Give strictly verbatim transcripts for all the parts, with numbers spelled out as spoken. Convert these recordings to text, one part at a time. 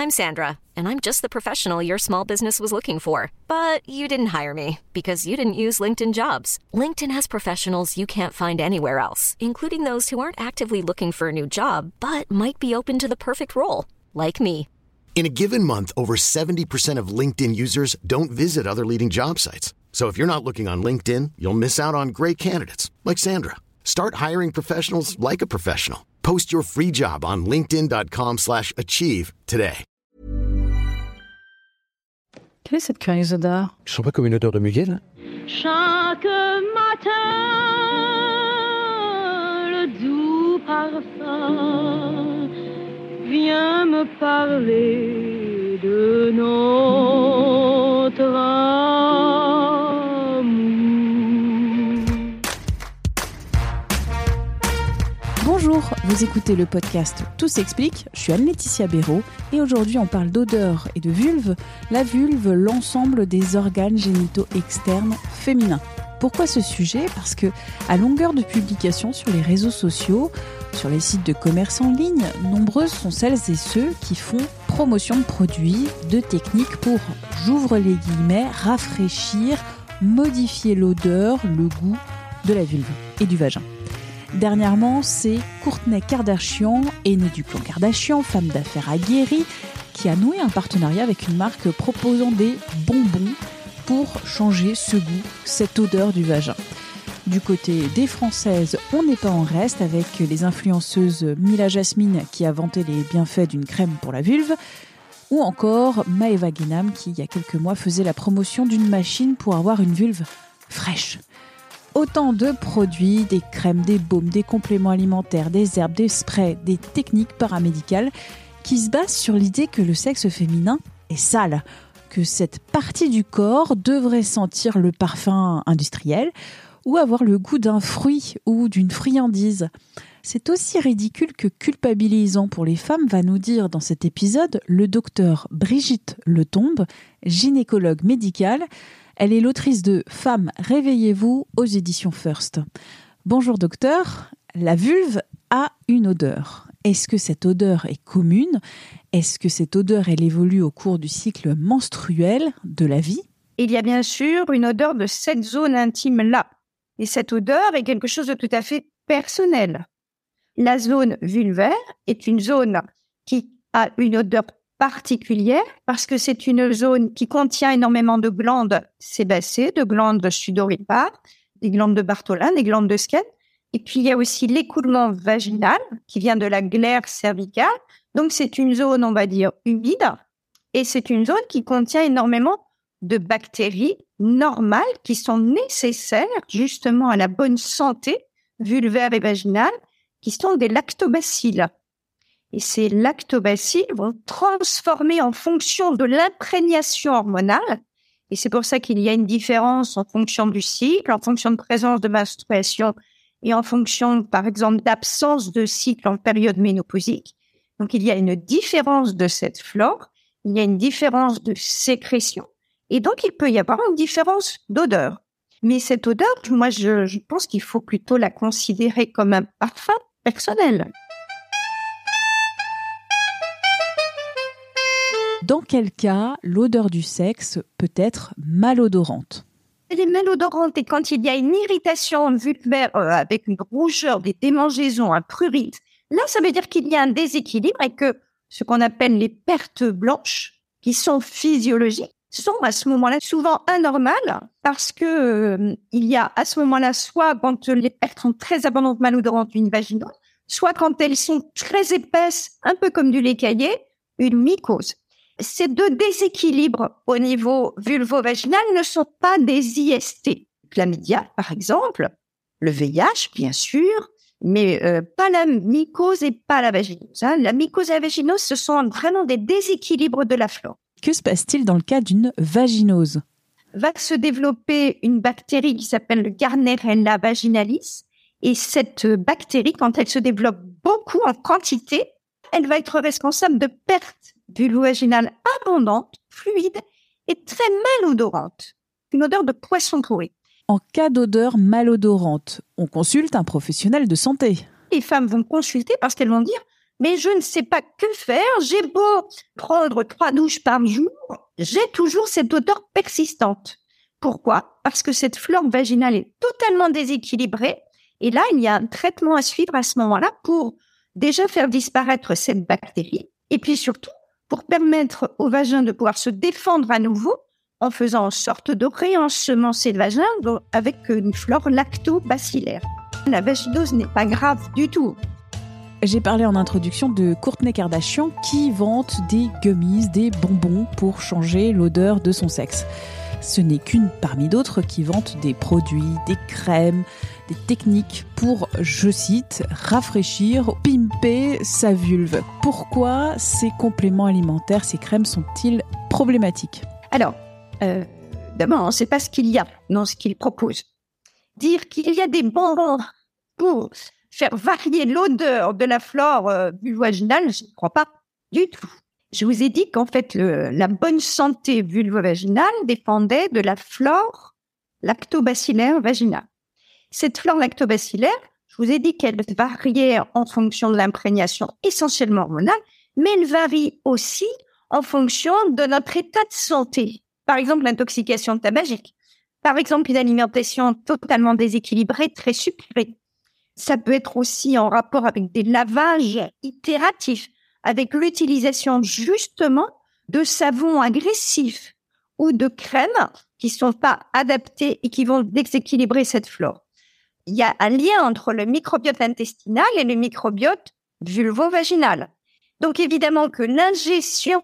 I'm Sandra, and I'm just the professional your small business was looking for. But you didn't hire me because you didn't use LinkedIn Jobs. LinkedIn has professionals you can't find anywhere else, including those who aren't actively looking for a new job, but might be open to the perfect role, like me. In a given month, over seventy percent of LinkedIn users don't visit other leading job sites. So if you're not looking on LinkedIn, you'll miss out on great candidates like Sandra. Start hiring professionals like a professional. Post your free job on linkedin.com slash achieve today. Quelle est cette curieuse odeur ? Je sens pas comme une odeur de muguet, là ? Chaque matin, le doux parfum vient me parler de notre amour. Bonjour, vous écoutez le podcast Tout s'explique, je suis Anne-Laetitia Béraud et aujourd'hui on parle d'odeur et de vulve. La vulve, l'ensemble des organes génitaux externes féminins. Pourquoi ce sujet ? Parce que, à longueur de publications sur les réseaux sociaux, sur les sites de commerce en ligne, nombreuses sont celles et ceux qui font promotion de produits, de techniques pour, j'ouvre les guillemets, rafraîchir, modifier l'odeur, le goût de la vulve et du vagin. Dernièrement, c'est Kourtney Kardashian, aînée du clan Kardashian, femme d'affaires aguerrie, qui a noué un partenariat avec une marque proposant des bonbons pour changer ce goût, cette odeur du vagin. Du côté des Françaises, on n'est pas en reste avec les influenceuses Mila Jasmine qui a vanté les bienfaits d'une crème pour la vulve, ou encore Maëva Guénam qui, il y a quelques mois, faisait la promotion d'une machine pour avoir une vulve fraîche. Autant de produits, des crèmes, des baumes, des compléments alimentaires, des herbes, des sprays, des techniques paramédicales qui se basent sur l'idée que le sexe féminin est sale, que cette partie du corps devrait sentir le parfum industriel ou avoir le goût d'un fruit ou d'une friandise. C'est aussi ridicule que culpabilisant pour les femmes, va nous dire dans cet épisode le docteur Brigitte Letombe, gynécologue médicale. Elle est l'autrice de « Femmes, réveillez-vous » aux éditions First. Bonjour docteur, la vulve a une odeur. Est-ce que cette odeur est commune ? Est-ce que cette odeur, elle évolue au cours du cycle menstruel de la vie ? Il y a bien sûr une odeur de cette zone intime-là. Et cette odeur est quelque chose de tout à fait personnel. La zone vulvaire est une zone qui a une odeur particulière parce que c'est une zone qui contient énormément de glandes sébacées, de glandes sudoripares, des glandes de Bartholin, des glandes de Skene. Et puis, il y a aussi l'écoulement vaginal qui vient de la glaire cervicale. Donc, c'est une zone, on va dire, humide. Et c'est une zone qui contient énormément de bactéries normales qui sont nécessaires justement à la bonne santé vulvaire et vaginale, qui sont des lactobacilles. Et ces lactobacilles vont transformer en fonction de l'imprégnation hormonale. Et c'est pour ça qu'il y a une différence en fonction du cycle, en fonction de présence de menstruation et en fonction, par exemple, d'absence de cycle en période ménopausique. Donc, il y a une différence de cette flore, il y a une différence de sécrétion. Et donc, il peut y avoir une différence d'odeur. Mais cette odeur, moi, je, je pense qu'il faut plutôt la considérer comme un parfum personnel. Dans quel cas l'odeur du sexe peut être malodorante ? Elle est malodorante et quand il y a une irritation vulvaire euh, avec une rougeur, des démangeaisons, un prurite, là, ça veut dire qu'il y a un déséquilibre et que ce qu'on appelle les pertes blanches, qui sont physiologiques, sont à ce moment-là souvent anormales parce que euh, il y a à ce moment-là soit quand les pertes sont très abondantes malodorantes, une vaginose, soit quand elles sont très épaisses, un peu comme du lait caillé, une mycose. Ces deux déséquilibres au niveau vulvo-vaginal ne sont pas des I S T. Chlamydia, par exemple, le V I H, bien sûr, mais euh, pas la mycose et pas la vaginose. Hein. La mycose et la vaginose, ce sont vraiment des déséquilibres de la flore. Que se passe-t-il dans le cas d'une vaginose ? Va se développer une bactérie qui s'appelle le Gardnerella vaginalis. Et cette bactérie, quand elle se développe beaucoup en quantité, elle va être responsable de pertes vulvo-vaginales abondantes, fluides et très malodorantes. Une odeur de poisson pourri. En cas d'odeur malodorante, on consulte un professionnel de santé. Les femmes vont consulter parce qu'elles vont dire « mais je ne sais pas que faire. J'ai beau prendre trois douches par jour, j'ai toujours cette odeur persistante. Pourquoi ? Parce que cette flore vaginale est totalement déséquilibrée. Et là, il y a un traitement à suivre à ce moment-là pour déjà faire disparaître cette bactérie. Et puis surtout, pour permettre au vagin de pouvoir se défendre à nouveau en faisant en sorte de réensemencer le vagin avec une flore lactobacilliaire. La vaginose n'est pas grave du tout. J'ai parlé en introduction de Kourtney Kardashian qui vante des gummies, des bonbons pour changer l'odeur de son sexe. Ce n'est qu'une parmi d'autres qui vante des produits, des crèmes, des techniques pour, je cite, rafraîchir, pimper sa vulve. Pourquoi ces compléments alimentaires, ces crèmes sont-ils problématiques ? Alors, euh, d'abord, on ne sait pas ce qu'il y a dans ce qu'ils proposent. Dire qu'il y a des bonbons pour faire varier l'odeur de la flore euh, vulvovaginale, je ne crois pas du tout. Je vous ai dit qu'en fait, le, la bonne santé vulvovaginale dépendait de la flore lactobacilliaire vaginale. Cette flore lactobacilliaire, je vous ai dit qu'elle variait en fonction de l'imprégnation essentiellement hormonale, mais elle varie aussi en fonction de notre état de santé. Par exemple, l'intoxication tabagique. Par exemple, une alimentation totalement déséquilibrée, très sucrée. Ça peut être aussi en rapport avec des lavages itératifs, avec l'utilisation justement de savons agressifs ou de crèmes qui ne sont pas adaptés et qui vont déséquilibrer cette flore. Il y a un lien entre le microbiote intestinal et le microbiote vulvovaginal. Donc évidemment que l'ingestion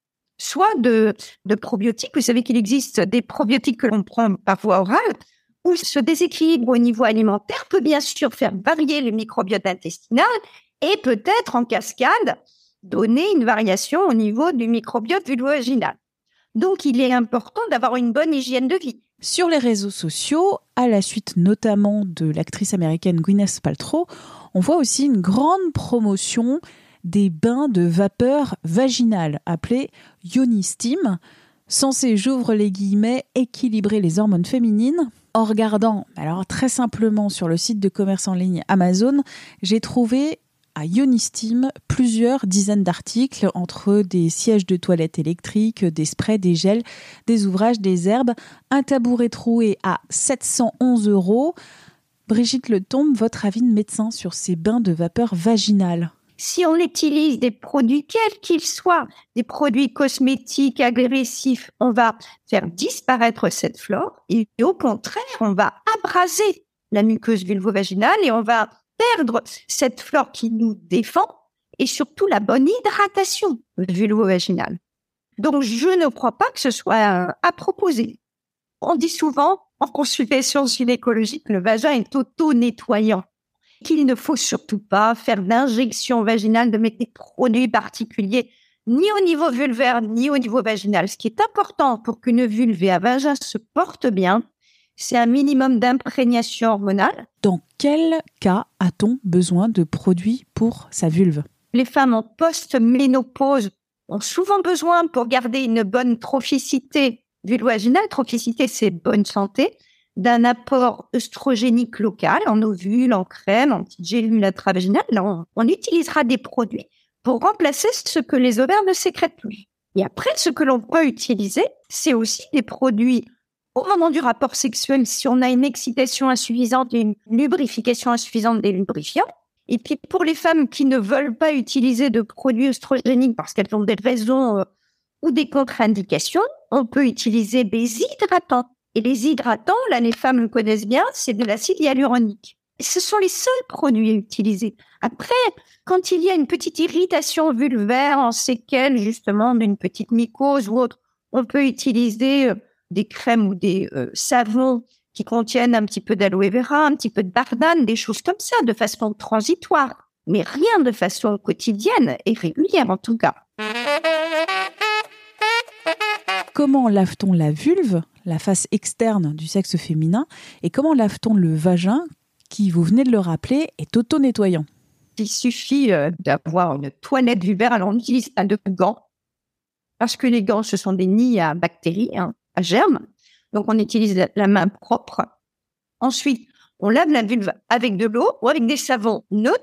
soit de, de probiotiques, vous savez qu'il existe des probiotiques que l'on prend par voie orale, où ce déséquilibre au niveau alimentaire peut bien sûr faire varier le microbiote intestinal et peut-être en cascade donner une variation au niveau du microbiote vulvovaginal. Donc, il est important d'avoir une bonne hygiène de vie. Sur les réseaux sociaux, à la suite notamment de l'actrice américaine Gwyneth Paltrow, on voit aussi une grande promotion des bains de vapeur vaginale appelés Yoni Steam, censés, j'ouvre les guillemets, équilibrer les hormones féminines. En regardant, alors très simplement sur le site de commerce en ligne Amazon, j'ai trouvé à Yoni Steam plusieurs dizaines d'articles entre des sièges de toilettes électriques, des sprays, des gels, des ouvrages, des herbes, un tabouret troué à sept cent onze euros. Brigitte Letombe, votre avis de médecin sur ces bains de vapeur vaginale ? Si on utilise des produits, quels qu'ils soient, des produits cosmétiques agressifs, on va faire disparaître cette flore et au contraire, on va abraser la muqueuse vulvovaginale et on va perdre cette flore qui nous défend et surtout la bonne hydratation vulvovaginale. Donc, je ne crois pas que ce soit à proposer. On dit souvent, en consultation gynécologique, que le vagin est auto-nettoyant, qu'il ne faut surtout pas faire d'injection vaginale de mettre des produits particuliers, ni au niveau vulvaire, ni au niveau vaginal. Ce qui est important pour qu'une vulve et un vagin se portent bien, c'est un minimum d'imprégnation hormonale. Dans quel cas a-t-on besoin de produits pour sa vulve ? Les femmes en post-ménopause ont souvent besoin, pour garder une bonne trophicité vulvovaginale, trophicité c'est bonne santé, d'un apport œstrogénique local, en ovules, en crème, en petites gélules intravaginales. Là, on, on utilisera des produits pour remplacer ce que les ovaires ne sécrètent plus. Et après, ce que l'on peut utiliser, c'est aussi des produits au moment du rapport sexuel, si on a une excitation insuffisante et une lubrification insuffisante des lubrifiants. Et puis, pour les femmes qui ne veulent pas utiliser de produits œstrogéniques parce qu'elles ont des raisons euh, ou des contre-indications, on peut utiliser des hydratants. Et les hydratants, là, les femmes le connaissent bien, c'est de l'acide hyaluronique. Et ce sont les seuls produits à utiliser. Après, quand il y a une petite irritation vulvaire en séquelles, justement, d'une petite mycose ou autre, on peut utiliser euh, des crèmes ou des euh, savons qui contiennent un petit peu d'aloe vera, un petit peu de bardane, des choses comme ça, de façon transitoire. Mais rien de façon quotidienne et régulière, en tout cas. Comment lave-t-on la vulve, la face externe du sexe féminin, et comment lave-t-on le vagin, qui, vous venez de le rappeler, est auto-nettoyant ? Il suffit euh, d'avoir une toilette vulvaire. Alors, on utilise pas de gants, parce que les gants, ce sont des nids à bactéries, hein, à germes. Donc, on utilise la, la main propre. Ensuite, on lave la vulve avec de l'eau ou avec des savons neutres,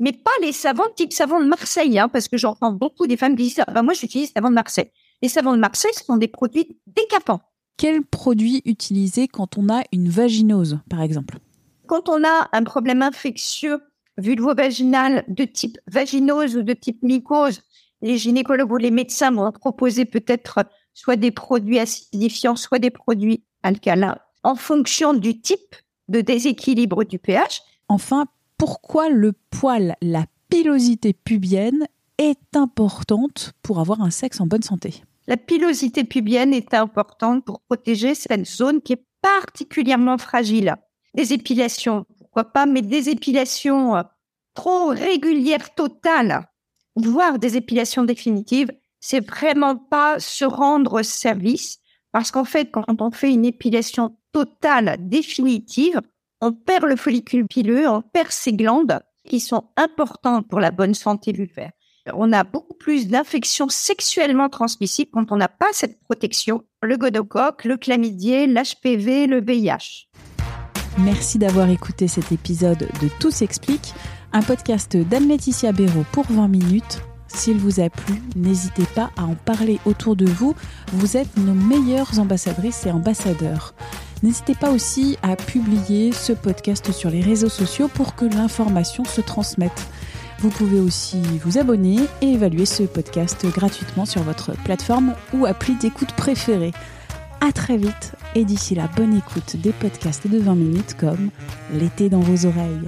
mais pas les savons type savon de Marseille, hein, parce que j'entends beaucoup des femmes qui disent ah, ben moi j'utilise savon de Marseille. Les savons de Marseille sont des produits décapants. Quels produits utiliser quand on a une vaginose, par exemple ? Quand on a un problème infectieux vulvo-vaginal de type vaginose ou de type mycose, les gynécologues ou les médecins vont proposer peut-être soit des produits acidifiants, soit des produits alcalins, en fonction du type de déséquilibre du pH. Enfin, pourquoi le poil, la pilosité pubienne, est importante pour avoir un sexe en bonne santé ? La pilosité pubienne est importante pour protéger cette zone qui est particulièrement fragile. Des épilations, pourquoi pas, mais des épilations trop régulières, totales, voire des épilations définitives, c'est vraiment pas se rendre service, parce qu'en fait, quand on fait une épilation totale, définitive, on perd le follicule pileux, on perd ces glandes qui sont importantes pour la bonne santé vulvaire. On a beaucoup plus d'infections sexuellement transmissibles quand on n'a pas cette protection. Le gonocoque, le chlamydier, l'H P V, le V I H. Merci d'avoir écouté cet épisode de Tout s'explique, un podcast d'Anne-Laetitia Béraud pour vingt minutes. S'il vous a plu, n'hésitez pas à en parler autour de vous. Vous êtes nos meilleures ambassadrices et ambassadeurs. N'hésitez pas aussi à publier ce podcast sur les réseaux sociaux pour que l'information se transmette. Vous pouvez aussi vous abonner et évaluer ce podcast gratuitement sur votre plateforme ou appli d'écoute préférée. À très vite et d'ici là, bonne écoute des podcasts de vingt minutes comme L'été dans vos oreilles.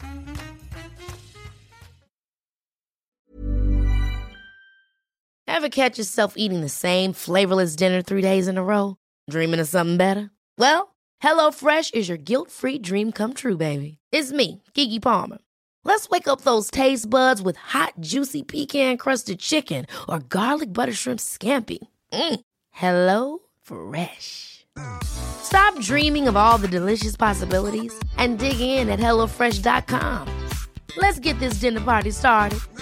Ever catch yourself eating the same flavorless dinner three days in a row? Dreaming of something better? Well, HelloFresh is your guilt-free dream come true, baby. It's me, Keke Palmer. Let's wake up those taste buds with hot, juicy pecan-crusted chicken or garlic butter shrimp scampi. Mm. Hello Fresh. Stop dreaming of all the delicious possibilities and dig in at hello fresh dot com. Let's get this dinner party started.